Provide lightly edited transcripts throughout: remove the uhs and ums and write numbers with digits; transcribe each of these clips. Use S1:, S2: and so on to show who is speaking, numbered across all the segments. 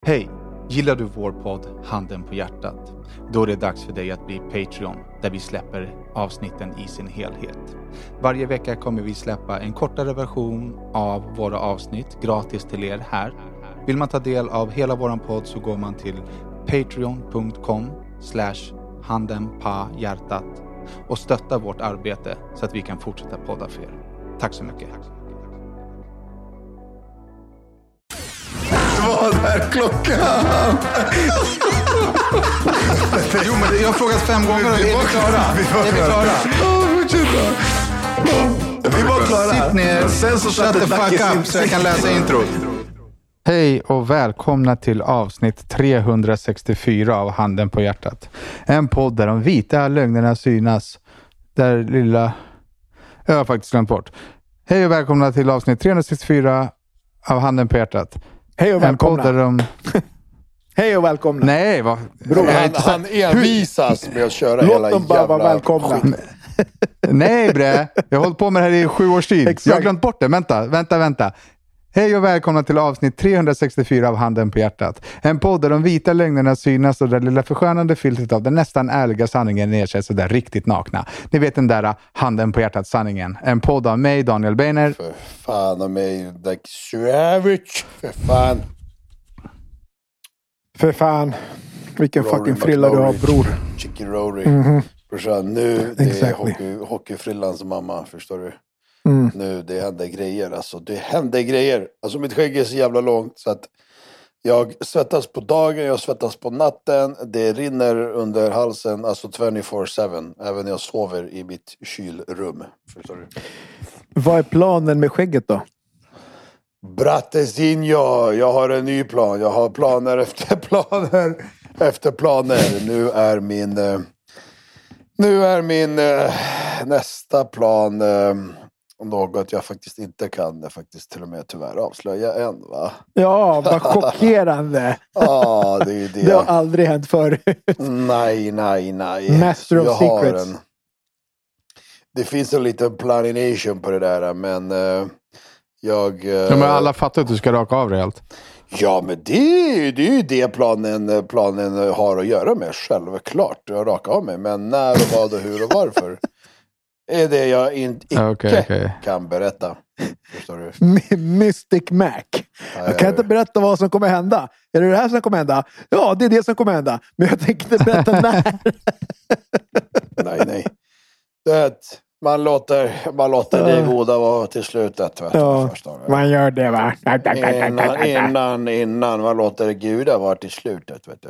S1: Hej! Gillar du vår podd Handen på hjärtat? Då är det dags för dig att bli Patreon, där vi släpper avsnitten i sin helhet. Varje vecka kommer vi släppa en kortare version av våra avsnitt gratis till er här. Vill man ta del av hela våran podd så går man till patreon.com/handenpahjärtat och stöttar vårt arbete så att vi kan fortsätta podda för er. Tack så mycket!
S2: Vad är klockan?
S1: Jo, men jag har frågat 5 gånger och är vi klara?
S2: Vi var klara.
S1: Sitt ner,
S2: sen så
S1: shut the fuck up så jag kan läsa introt. Hej och välkomna till avsnitt 364 av Handen på hjärtat. En podd där de vita lögnerna synas. Där lilla... Jag har faktiskt glömt bort. Hej och välkomna till avsnitt 364 av Handen på hjärtat.
S3: Hej och välkomna. Hej och välkomna.
S1: Nej, vad?
S2: Han envisas med att köra hela jävla...
S3: Låt dem bara vara välkomna.
S1: Nej bre, jag har hållit på med det här i 7 års tid.
S3: Exakt.
S1: Jag har glömt bort det, vänta. Hej och välkomna till avsnitt 364 av Handen på hjärtat. En podd där de vita lögnerna synas och där lilla förskönande filtret av den nästan ärliga sanningen ersätts så där riktigt nakna. Ni vet den där Handen på hjärtat sanningen. En podd av mig, Daniel Beiner.
S2: För fan av mig, like Savage. För fan.
S3: Vilken
S2: Rory
S3: fucking frilla du har, bror.
S2: Chicky Rory. Brorsan, nu det
S3: Exactly.
S2: är hockeyfrillans mamma, förstår du?
S3: Mm.
S2: Nu, det händer grejer, alltså. Det händer grejer. Alltså mitt skägg är så jävla långt så att jag svettas på dagen, jag svettas på natten. Det rinner under halsen, alltså 24/7. Även när jag sover i mitt kylrum, förstår du?
S3: Vad är planen med skägget då?
S2: Brattesinho, jag har en ny plan. Jag har planer efter planer efter planer. Nu är min nästa plan något jag faktiskt inte kan faktiskt till och med tyvärr avslöja än, va?
S3: Ja, vad chockerande.
S2: Ja, det är ju det.
S3: Det har aldrig hänt förut.
S2: Nej.
S3: Master of secrets.
S2: Det finns en liten planination på det där, men jag...
S1: Men alla fattar att du ska raka av dig allt.
S2: Ja, men det är ju det planen har att göra med, självklart. Jag raka av mig, men när och vad och hur och varför är det jag inte kan berätta. Förstår du?
S3: Mystic Mac. Jag kan inte berätta vad som kommer hända. Är det här som kommer hända? Ja, det är det som kommer hända. Men jag tänker inte berätta när.
S2: Nej. Man låter det goda vara till slutet.
S3: Ja, man gör det, va?
S2: Innan man låter det goda vara till slutet, vet du.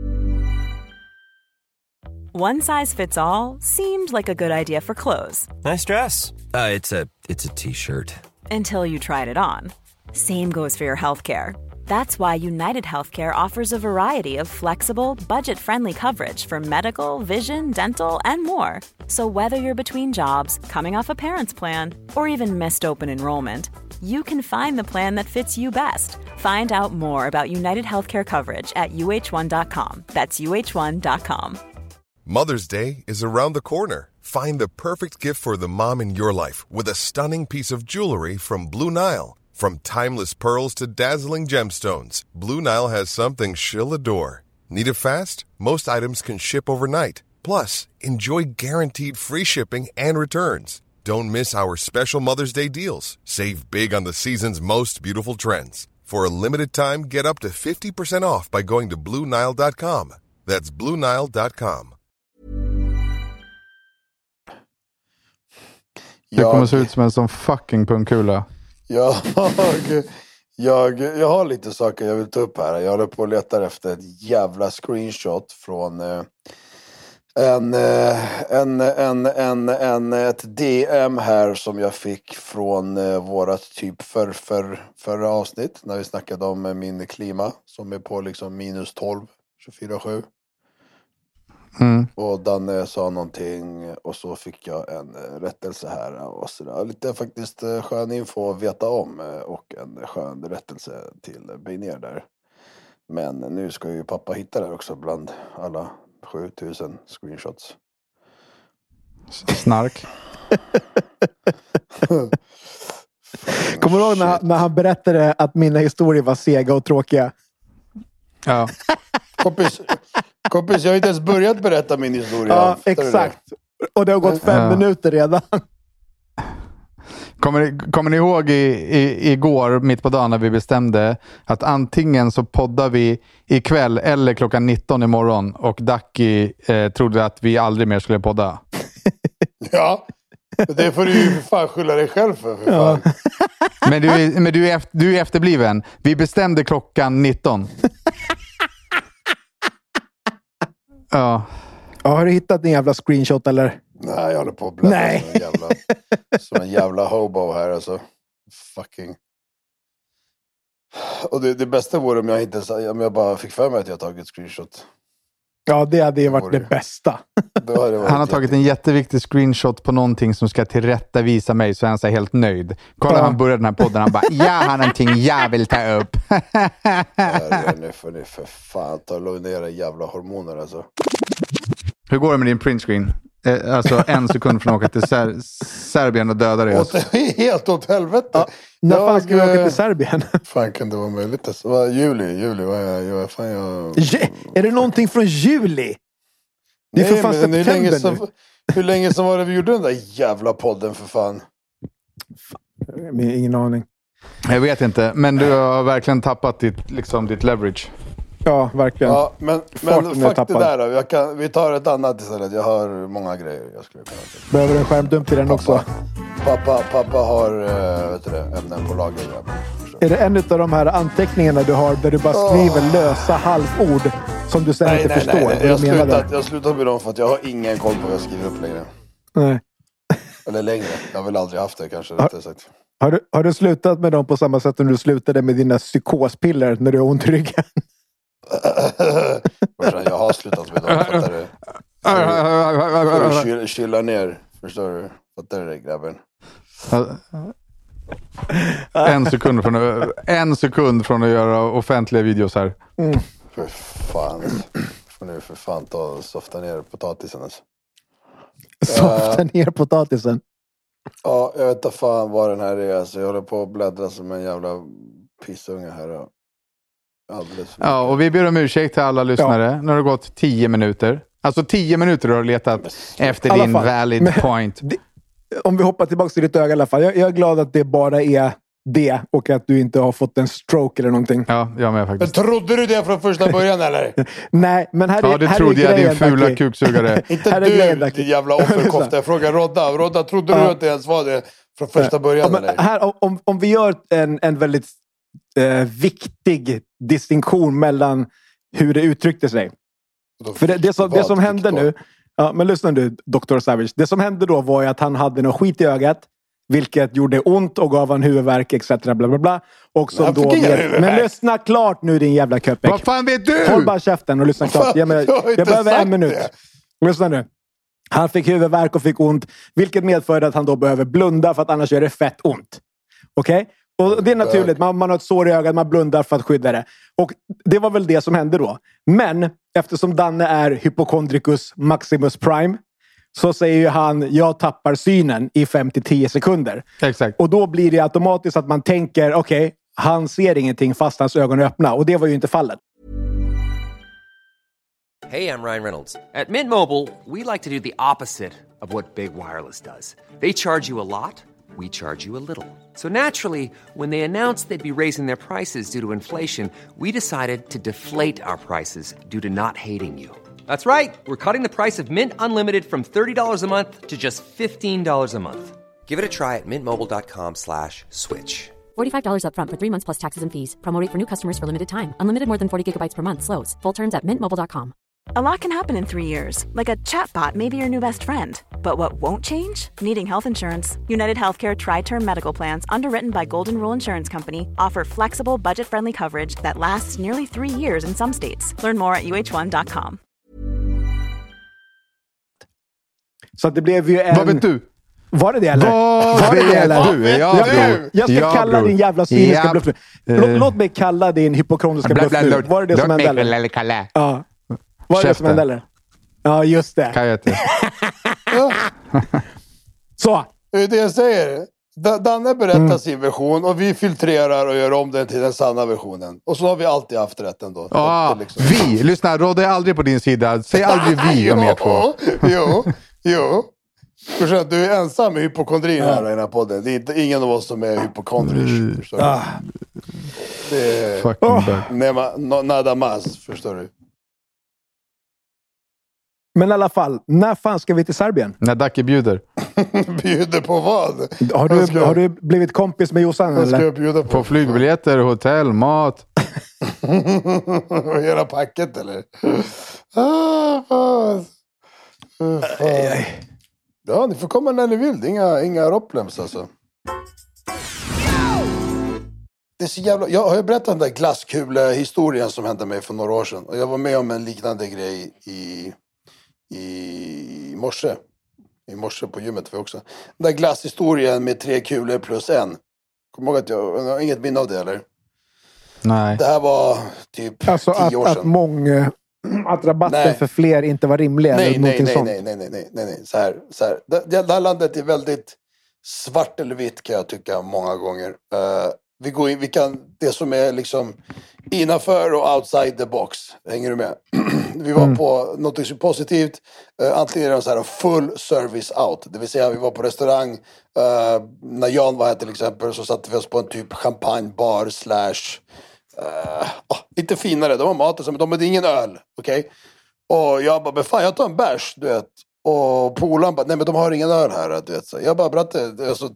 S4: One size fits all seemed like a good idea for clothes.
S5: Nice dress. It's a t-shirt.
S4: Until you tried it on. Same goes for your healthcare. That's why United Healthcare offers a variety of flexible, budget-friendly coverage for medical, vision, dental, and more. So whether you're between jobs, coming off a parent's plan, or even missed open enrollment, you can find the plan that fits you best. Find out more about United Healthcare coverage at uh1.com. That's uh1.com.
S6: Mother's Day is around the corner. Find the perfect gift for the mom in your life with a stunning piece of jewelry from Blue Nile. From timeless pearls to dazzling gemstones, Blue Nile has something she'll adore. Need it fast? Most items can ship overnight. Plus, enjoy guaranteed free shipping and returns. Don't miss our special Mother's Day deals. Save big on the season's most beautiful trends. For a limited time, get up to 50% off by going to BlueNile.com. That's BlueNile.com.
S1: Det kommer se ut som en sån fucking pungkula.
S2: Jag har lite saker jag vill ta upp här. Jag håller på och letar efter ett jävla screenshot från ett DM här som jag fick från vårat typ förra avsnitt när vi snackade om min klima som är på liksom -12 24/7. Och Danne sa någonting och så fick jag en rättelse här och sådär. Lite faktiskt skön info att veta om och en skön rättelse till Beiner där. Men nu ska ju pappa hitta där också bland alla 7000 screenshots.
S1: Snark.
S3: Kommer du ihåg när han berättade att mina historier var sega och tråkiga?
S1: Ja.
S2: Kompis, jag har inte ens börjat berätta min historia.
S3: Ja, exakt. Och det har gått 5 minuter redan.
S1: Kommer ni ihåg igår mitt på dagen när vi bestämde att antingen så poddar vi ikväll eller klockan 19 imorgon och Ducky trodde att vi aldrig mer skulle podda.
S2: Ja, det får du ju för fan skylla dig själv för fan.
S1: Men du är efterbliven. Vi bestämde klockan 19. Ja.
S3: Har du hittat en jävla screenshot eller?
S2: Nej, jag håller på att bläddra som en jävla hobo här alltså. Fucking. Och det bästa vore om jag bara fick för mig att jag tagit screenshot.
S3: Ja, det hade ju varit det bästa.
S1: Han har tagit en jätteviktig screenshot på någonting som ska tillrättavisa mig, så är han så helt nöjd. Kolla, han började den här podden, han bara, jag har någonting jag vill ta upp.
S2: Nu får ni för fan ta och lugna ner jävla hormoner alltså.
S1: Hur går det med din printscreen? Alltså 1 sekund från att åka till Serbien och döda dig. Alltså.
S2: Helt åt helvete. Ja,
S3: när fan ska vi åka till Serbien?
S2: Fan kan det vara möjligt? Alltså. Juli.
S3: Är det någonting från juli? Det är för fan september nu.
S2: Hur länge som var det vi gjorde den där jävla podden för fan?
S3: Ingen aning.
S1: Jag vet inte, men du har verkligen tappat ditt leverage.
S3: Ja, verkligen.
S2: Ja, men fuck det där då. Vi tar ett annat istället. Jag har många grejer jag skulle kunna ta.
S3: Behöver en skärmdump till den också?
S2: Pappa har ämnen på lager.
S3: Är det en av de här anteckningarna du har där du bara skriver lösa halvord som du sen inte förstår?
S2: Nej. Jag har slutat med dem för att jag har ingen koll på vad jag skriver upp längre.
S3: Nej.
S2: Eller längre. Jag har väl aldrig haft det kanske.
S3: Har du slutat med dem på samma sätt som du slutade med dina psykospiller när du har ont i ryggen?
S2: Jag har slutat med dem. Får du kyla ner. Förstår du? Fattar du det, grabben?
S1: 1 sekund från att göra offentliga videos här.
S2: För fan. Får nu för fan ta och softa ner potatisen alltså.
S3: Softa ner potatisen?
S2: Ja, jag vet inte fan vad den här är. Alltså, jag håller på att bläddra som en jävla pissunge här.
S1: Ja, och vi ber om ursäkt till alla lyssnare. Nu har det gått 10 minuter. Alltså 10 minuter har du letat efter din valid point.
S3: Om vi hoppar tillbaka till ditt öga i alla fall. Jag är glad att det bara är det och att du inte har fått en stroke eller någonting.
S1: Ja, jag med faktiskt.
S2: Men trodde du det från första början eller?
S3: Nej, men här är
S1: ja, det trodde jag, din fula kuksugare.
S2: Inte du, din jävla offerkofta. Jag frågar Rodda. Rodda, trodde du att det ens var det från första början
S3: eller? Här, om vi gör en väldigt viktig distinktion mellan hur det uttryckte sig. För det som hände nu, ja, men lyssna nu, Dr. Savage. Det som hände då var ju att han hade något skit i ögat, vilket gjorde ont och gav han huvudvärk etc. bla bla bla. Och som då men lyssna klart nu, din jävla köpek.
S1: Vad fan vet du?
S3: Håll bara käften och lyssna klart. Jag behöver 1 minut. Lyssna nu. Han fick huvudvärk och fick ont, vilket medförde att han då behöver blunda för att annars gör det fett ont. Okej? Och det är naturligt, man har ett sår i ögat, man blundar för att skydda det. Och det var väl det som hände då. Men eftersom Danne är hypokondricus maximus prime, så säger ju han, jag tappar synen i 5-10 sekunder.
S1: Exakt.
S3: Och då blir det automatiskt att man tänker, okej, han ser ingenting fast hans ögon är öppna. Och det var ju inte fallet.
S7: Hey, I'm Ryan Reynolds. At Mint Mobile, we like to do the opposite of what Big Wireless does. They charge you a lot. We charge you a little. So naturally, when they announced they'd be raising their prices due to inflation, we decided to deflate our prices due to not hating you. That's right. We're cutting the price of Mint Unlimited from $30 a month to just $15 a month. Give it a try at mintmobile.com/switch.
S8: $45 up front for 3 months plus taxes and fees. Promo rate for new customers for limited time. Unlimited more than 40 gigabytes per month. Slows full terms at mintmobile.com.
S4: A lot can happen in 3 years, like a chatbot may be your new best friend. But what won't change? Needing health insurance. United Healthcare Tri-Term Medical Plans, underwritten by Golden Rule Insurance Company, offer flexible, budget-friendly coverage that lasts nearly 3 years in some states. Learn more at uh1.com.
S3: Så att det blev ju en...
S1: Vad vet du?
S3: Var det det eller?
S1: Var det det eller?
S3: Jag ska kalla din jävla cyniska bluff. Låt mig kalla din hypokondriska bluff nu. Var det det som hände eller? Ja. Var det det som hände eller? Ja, just det.
S1: Kajeter.
S3: Så.
S2: Det är det jag säger. Danne berättar sin version och vi filtrerar och gör om den till den sanna versionen. Och så har vi alltid haft rätt ändå.
S1: Ja,
S2: liksom...
S1: vi! Lyssna, Rodde är aldrig på din sida. Säg aldrig vi om er två.
S2: Jo. Förstår du är ensam med hypokondrin här i den här podden. Det är inte ingen av oss som är hypokondrisk. Det är nada más, förstår du.
S3: Men i alla fall, när fan ska vi till Serbien?
S1: När Dacke bjuder.
S2: Bjuder på vad?
S3: Har du blivit kompis med Jossan?
S2: Vad ska jag bjuda
S1: på flygbiljetter, hotell, mat.
S2: Hela packet eller? Ja, ni får komma när ni vill. Det är inga ropplems alltså. Det är så jävla... Jag har ju berättat den där glasskule-historien som hände mig för några år sedan. Och jag var med om en liknande grej i morse. I morse på gymmet för också. Den där glasshistorien med 3 kulor plus 1. Kommer ihåg att jag har inget minne av det eller?
S1: Nej.
S2: Det här var typ 10 år sedan.
S3: Att rabatten för fler inte var rimlig.
S2: Nej. Så här. Det här landet är väldigt svart eller vitt kan jag tycka många gånger. Vi går in, det som är liksom innanför och outside the box. Hänger du med? Vi var på något så positivt. Antingen är det så här full service out. Det vill säga vi var på restaurang. När Jan var här till exempel så satte vi oss på en typ champagnebar / lite finare. De har mat och så, men de hade ingen öl. Okej? Och jag bara, men fan jag tar en bärs, du vet. Och polaren bara, nej men de har ingen öl här, du vet. Så jag bara, bratte. Alltså,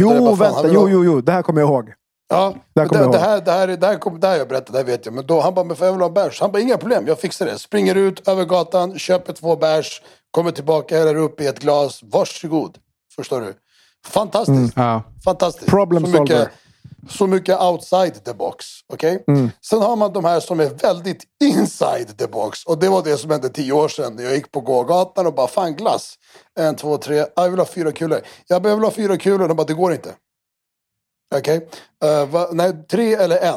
S3: Jo, det här kommer jag ihåg.
S2: Ja, det här jag berättade, det här vet jag. Men då, han bara, men får jag vill ha bärs? Han bara, inga problem, jag fixar det. Springer ut över gatan, köper 2 bärs, kommer tillbaka, häller upp i ett glas. Varsågod, förstår du? Fantastiskt. Fantastiskt.
S3: Problem solver.
S2: Så mycket outside the box, okej? Sen har man de här som är väldigt inside the box. Och det var det som hände 10 år sedan. Jag gick på gågatan och bara, fan glass. 1, 2, 3, jag vill ha 4 kulor. Jag behöver ha 4 kulor, de bara, det går inte. Okej? Nej, 3 eller 1.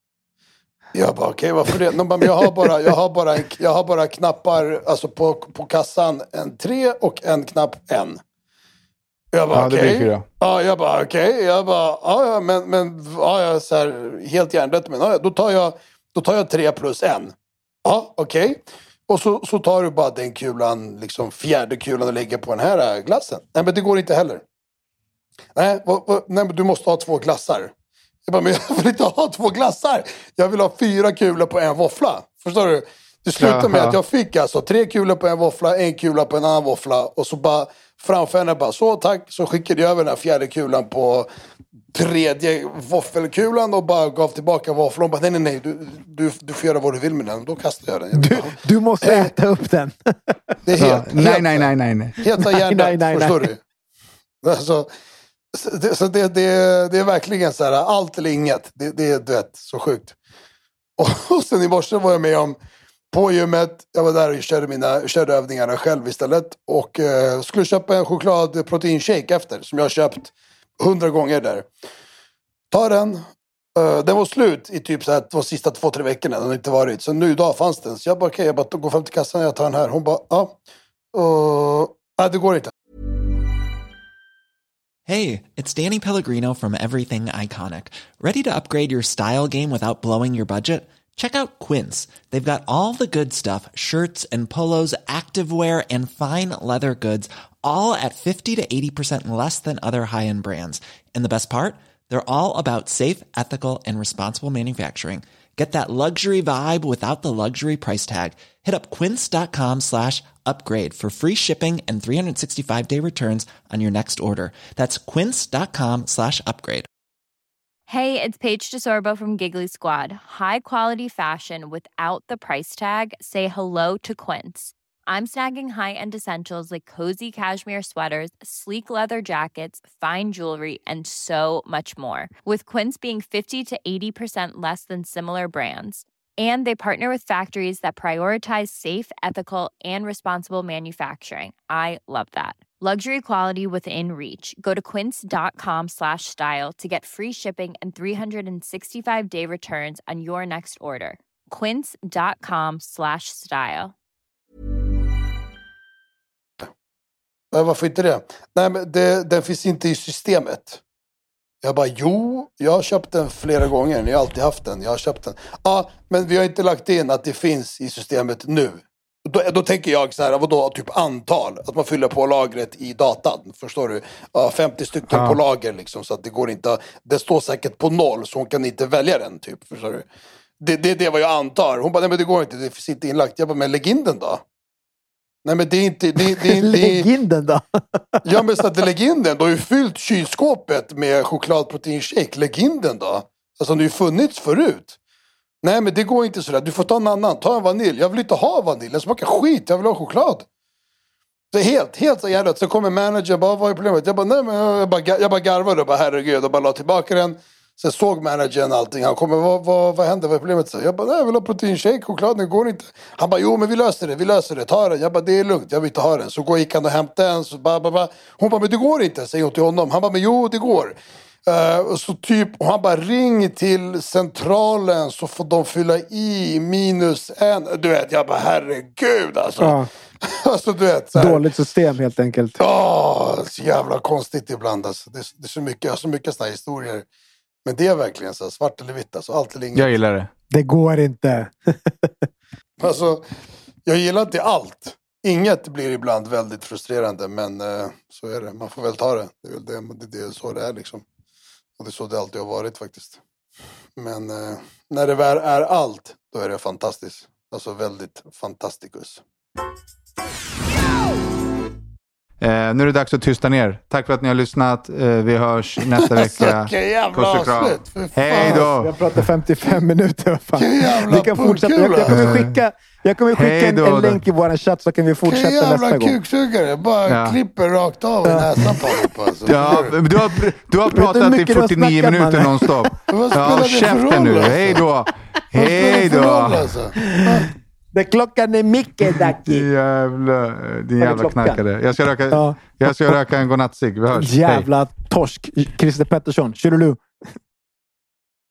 S2: Jag bara, okej, varför det? De bara, men jag har bara knappar, alltså på kassan, en 3 och en knapp 1. Jag bara, okej. Ja, jag bara, okej. Jag bara, jag så här, helt hjärndött. Men då tar jag 3 plus 1. Ja, okej. Och så tar du bara den kulan, liksom 4:e kulan och lägger på den här glassen. Nej, men det går inte heller. Nej, men du måste ha 2 glassar. Jag bara, men jag vill inte ha 2 glassar. Jag vill ha 4 kulor på en våffla. Förstår du? Det slutade med att jag fick alltså 3 kulor på en våffla, 1 kula på en annan våffla. Och så bara framför henne bara, så tack. Så skickade jag över den här 4:e kulan på 3:e våffelkulan och bara gav tillbaka våfflan. Och bara, nej, du får göra vad du vill med den. Då kastar jag den.
S3: Du måste äta upp den.
S2: Det är helt,
S1: nej.
S2: Helt hjärtat, förstår du? Alltså, det är verkligen så här, allt eller inget. Det är, du vet, så sjukt. Och sen i morse var jag med om på gymmet. Jag var där och körde övningarna själv istället. Och skulle köpa en chokladproteinshake efter. Som jag har köpt 100 gånger där. Ta den. Den var slut i typ så här, de sista 2-3 veckorna. Den har inte varit. Så nu idag fanns den. Så jag bara, jag bara går fram till kassan och jag tar den här. Hon bara, nej det går inte.
S9: Hey, it's Danny Pellegrino from Everything Iconic. Ready to upgrade your style game without blowing your budget? Check out Quince. They've got all the good stuff, shirts and polos, activewear and fine leather goods, all at 50 to 80% less than other high-end brands. And the best part? They're all about safe, ethical and responsible manufacturing. Get that luxury vibe without the luxury price tag. Hit up quince.com/upgrade for free shipping and 365-day returns on your next order. That's quince.com/upgrade.
S10: Hey, it's Paige DeSorbo from Giggly Squad. High quality fashion without the price tag. Say hello to Quince. I'm snagging high-end essentials like cozy cashmere sweaters, sleek leather jackets, fine jewelry, and so much more. With Quince being 50 to 80% less than similar brands. And they partner with factories that prioritize safe, ethical, and responsible manufacturing. I love that. Luxury quality within reach. Go to quince.com/style to get free shipping and 365-day returns on your next order. Quince.com/style.
S2: Varför inte det? Nej, men den finns inte i systemet. Jag bara, jo, jag har köpt den flera gånger. Ni har alltid haft den, jag har köpt den. Ja, men vi har inte lagt in att det finns i systemet nu. Då tänker jag så här, vadå, typ antal. Att man fyller på lagret i datan, förstår du? 50 stycken på lager liksom, så att det går inte. Det står säkert på 0, så hon kan inte välja den typ, förstår du? Det är vad jag antar. Hon bara, nej men det går inte, det finns inte inlagt. Jag bara, men lägg in den då. Nej men det är inte...
S3: Lägg in den då.
S2: Ja men så att lägg in den. Du har ju fyllt kylskåpet med chokladproteinshake. Lägg in den då. Alltså det har ju funnits förut. Nej men det går inte sådär. Du får ta en annan. Ta en vanilj. Jag vill inte ha vanilj. Den smakar skit. Jag vill ha choklad. Det är helt så jävla. Så kommer managern bara, vad är problemet? Jag bara, nej men jag bara garvade och bara, herregud. Och bara la tillbaka den. Sen såg managern allting. Han kommer, vad hände? Vad är problemet? Så jag bara, nej jag vill ha proteinshake. Choklad, den går inte. Han bara, jo men vi löser det. Ta den. Jag bara, det är lugnt. Jag vill inte ha den. Så gick han och hämtade en. Så bara. Hon bara, men det går inte. Säger hon till honom. Han bara, men jo det går. Så typ, och han bara, ring till centralen så får de fylla i -1. Du vet, jag bara, herregud alltså. Ja. Alltså du vet. Så här,
S3: dåligt system helt enkelt.
S2: Så jävla konstigt ibland alltså. Det är så mycket, jag har så mycket såna här historier. Men det är verkligen så här, svart eller vitt alltså, allt eller inget.
S1: Jag gillar det.
S3: Det går inte.
S2: Alltså, jag gillar inte allt. Inget blir ibland väldigt frustrerande, men så är det. Man får väl ta det. Det är så det är liksom. Och det är så det alltid har varit faktiskt. Men när det väl är allt, då är det fantastiskt. Alltså väldigt fantastiskt.
S1: Nu är det dags att tysta ner. Tack för att ni har lyssnat. Vi hörs nästa vecka.
S2: Puss och kram.
S1: Hej då.
S3: Jag pratar 55 minuter.
S2: Vi
S3: kan fortsätta. Jag kommer skicka en länk i vår chatt så kan vi fortsätta nästa gång.
S2: Jävla kuksugare. Bara klipper rakt av i näsan på alltså.
S1: Ja, du har pratat i 49 minuter nonstop. Ja, käften nu. Hej då. Hej då.
S3: Det klockan är mycket, Daki.
S1: Din jävla knackare. Jag ska röka en godnattcigg. Vi hörs.
S3: Jävla torsk. Christer Pettersson. Tjurulu.